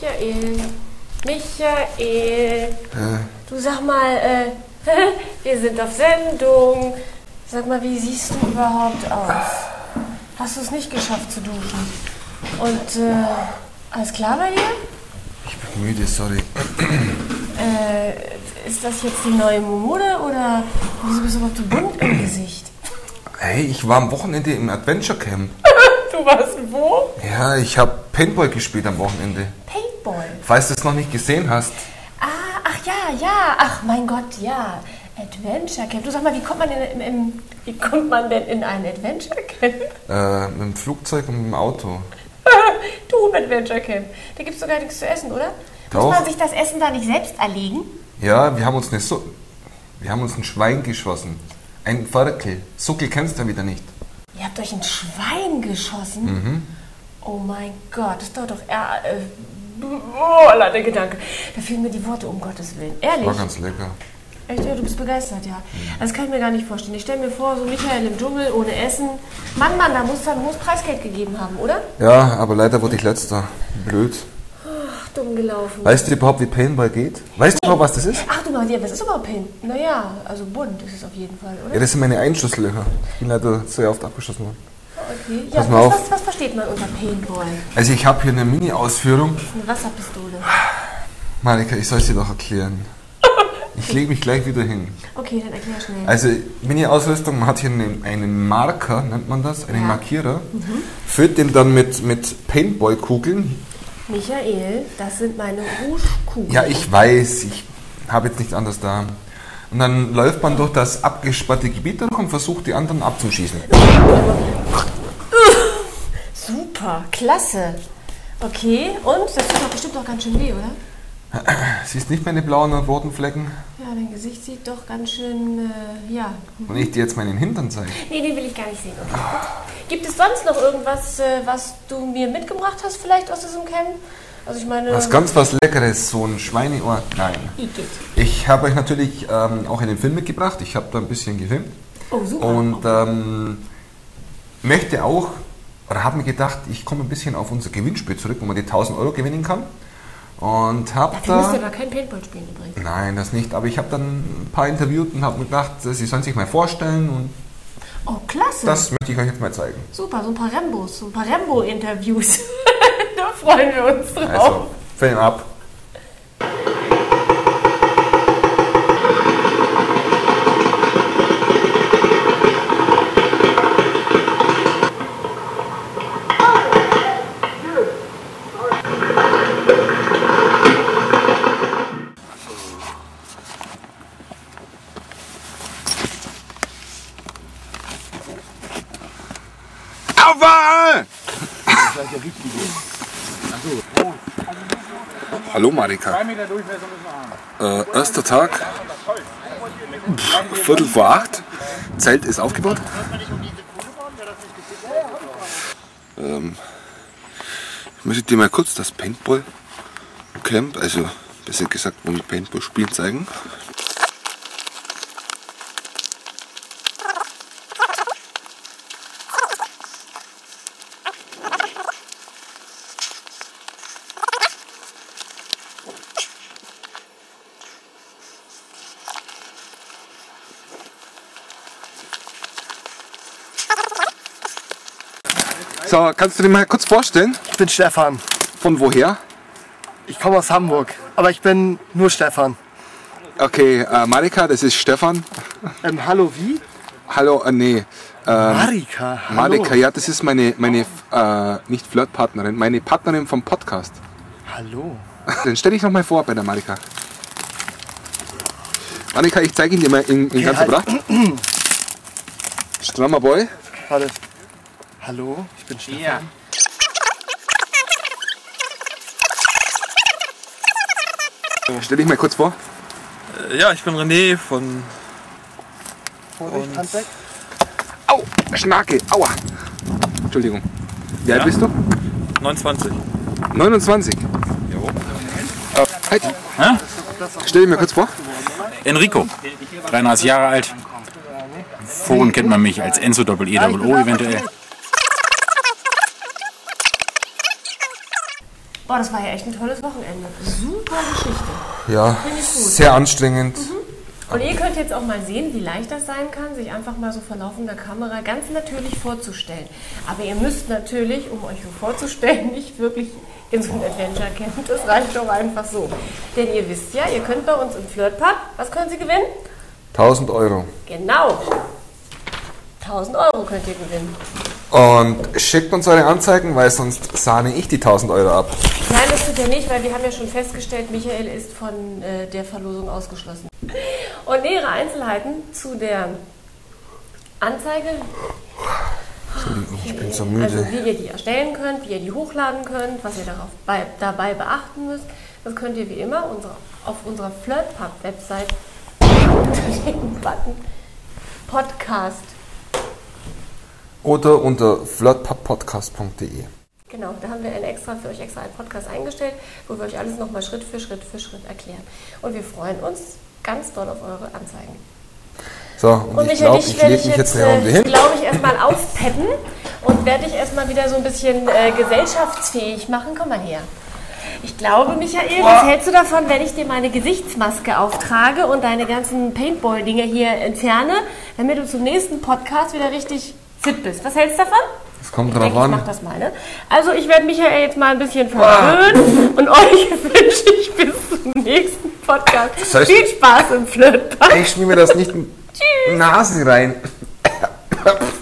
Michael. Du sag mal, wir sind auf Sendung. Sag mal, wie siehst du überhaupt aus? Hast du es nicht geschafft zu duschen? Und, alles klar bei dir? Ich bin müde, sorry. Ist das jetzt die neue Mode oder wieso bist du überhaupt so bunt im Gesicht? Hey, ich war am Wochenende im Adventure Camp. Du warst wo? Ja, ich habe Paintball gespielt am Wochenende. Paintball? Falls du es noch nicht gesehen hast. Ach ja. Ach mein Gott, ja. Adventure Camp. Du sag mal, wie kommt man denn in ein Adventure Camp? Mit dem Flugzeug und mit dem Auto. Du im Adventure Camp. Da gibt's doch gar nichts zu essen, oder? Doch. Muss man sich das Essen da nicht selbst erlegen? Ja, wir haben uns ein Schwein geschossen. Ein Ferkel. Suckel kennst du ja wieder nicht. Ihr habt euch ein Schwein geschossen? Mhm. Oh mein Gott, das dauert doch der Gedanke. Da fehlen mir die Worte, um Gottes Willen. Ehrlich? War ganz lecker. Echt? Ja, du bist begeistert, ja. Das kann ich mir gar nicht vorstellen. Ich stelle mir vor, so Michael im Dschungel ohne Essen. Mann, da muss dann hohes Preisgeld gegeben haben, oder? Ja, aber leider wurde ich letzter. Blöd. Ach, dumm gelaufen. Weißt du überhaupt, wie Paintball geht? Weißt du überhaupt, was das ist? Ach du mal, was ist überhaupt Paint? Naja, also bunt ist es auf jeden Fall, oder? Ja, das sind meine Einschusslöcher. Ich bin leider sehr oft abgeschossen worden. Okay. Pass Ja, mal auf. was versteht man unter Paintball? Also ich habe hier eine Mini-Ausführung. Eine Wasserpistole. Marika, ich soll es dir doch erklären. Ich lege mich gleich wieder hin. Okay, dann erklär schnell. Also Mini-Ausrüstung, man hat hier einen Marker, nennt man das, einen Markierer. Füllt den dann mit Paintball-Kugeln. Michael, das sind meine Rouge-Kugeln. Ja, ich weiß, ich habe jetzt nichts anderes da. Und dann läuft man durch das abgesperrte Gebiet durch und versucht, die anderen abzuschießen. Super, klasse. Okay, und? Das tut doch bestimmt auch ganz schön weh, oder? Siehst nicht meine blauen und roten Flecken? Ja, dein Gesicht sieht doch ganz schön, ja. Und ich dir jetzt meinen Hintern zeige. Nee, den will ich gar nicht sehen. Okay, gut. Gibt es sonst noch irgendwas, was du mir mitgebracht hast, vielleicht aus diesem Camp? Also ich meine... Was Leckeres, so ein Schweineohr? Nein. Igitt. Ich habe euch natürlich auch einen Film mitgebracht. Ich habe da ein bisschen gefilmt. Oh, super. Und möchte auch, oder habe mir gedacht, ich komme ein bisschen auf unser Gewinnspiel zurück, wo man die 1000 Euro gewinnen kann. Und habe Dafür müsst ihr aber kein Paintball spielen übrigens. Nein, das nicht. Aber ich habe dann ein paar interviewt und habe mir gedacht, sie sollen sich mal vorstellen. Und oh, klasse. das möchte ich euch jetzt mal zeigen. Super, so ein paar Rambo-Interviews. Da freuen wir uns drauf. Also, Film ab. Hallo Marika. 2 Meter Durchmesser müssen wir haben. Erster Tag. 7:45. Zelt ist aufgebaut. Ich möchte dir mal kurz das Paintball Camp, also besser gesagt, wo wir Paintball spielen, zeigen. So, kannst du dir mal kurz vorstellen? Ich bin Stefan. Von woher? Ich komme aus Hamburg, aber ich bin nur Stefan. Okay, Marika, das ist Stefan. Hallo, wie? Hallo, nee. Marika, hallo. Marika, ja, das ist meine nicht Flirtpartnerin, meine Partnerin vom Podcast. Hallo. Dann stell dich noch mal vor bei der Marika. Marika, ich zeige ihn dir mal in ganzer Pracht. Strammer Boy. Warte. Hallo, ich bin Stefan. Ja. Stell dich mal kurz vor. Ja, ich bin René von... Vorsicht, Hand weg. Au, Schnake, aua. Entschuldigung. Wie alt bist du? 29. 29. Jo. Halt. Hä? Stell dich mal kurz vor. Enrico, 33 Jahre alt. Foren kennt man mich als Enzo Doppel-E Doppel-O eventuell. Boah, das war ja echt ein tolles Wochenende. Super Geschichte. Ja, Finde ich gut. sehr anstrengend. Und ihr könnt jetzt auch mal sehen, wie leicht das sein kann, sich einfach mal so vor laufender Kamera ganz natürlich vorzustellen. Aber ihr müsst natürlich, um euch so vorzustellen, nicht wirklich in so ein Adventure Camp. Das reicht doch einfach so. Denn ihr wisst ja, ihr könnt bei uns im Flirtpub, was können Sie gewinnen? 1000 Euro. Genau. 1000 Euro könnt ihr gewinnen. Und schickt uns eure Anzeigen, weil sonst sahne ich die 1000 Euro ab. Nein, das tut er nicht, weil wir haben ja schon festgestellt, Michael ist von der Verlosung ausgeschlossen. Und nähere Einzelheiten zu der Anzeige, Entschuldigung, ich bin so müde. also wie ihr die erstellen könnt, wie ihr die hochladen könnt, was ihr dabei beachten müsst, das könnt ihr wie immer auf unserer Flirtpub-Website unter dem Button Podcast. Oder unter flirtpubpodcast.de. Genau, da haben wir für euch extra einen Podcast eingestellt, wo wir euch alles nochmal Schritt für Schritt erklären. Und wir freuen uns ganz doll auf eure Anzeigen. So, und ich glaube, ich lege mich jetzt eine Runde hin. glaube ich, erstmal aufpeppen und werde dich erstmal wieder so ein bisschen gesellschaftsfähig machen. Komm mal her. Ich glaube, Michael, was hältst du davon, wenn ich dir meine Gesichtsmaske auftrage und deine ganzen Paintball-Dinger hier entferne, damit du zum nächsten Podcast wieder richtig fit bist? Was hältst du davon? Das kommt Ich drauf denke, ich an. mach das mal, ne? Also ich werde Michael jetzt mal ein bisschen verwöhnen und euch wünsche ich bis zum nächsten Podcast. Das heißt- Viel Spaß im Flirtpub. Ich schmier mir das nicht in die Nase rein.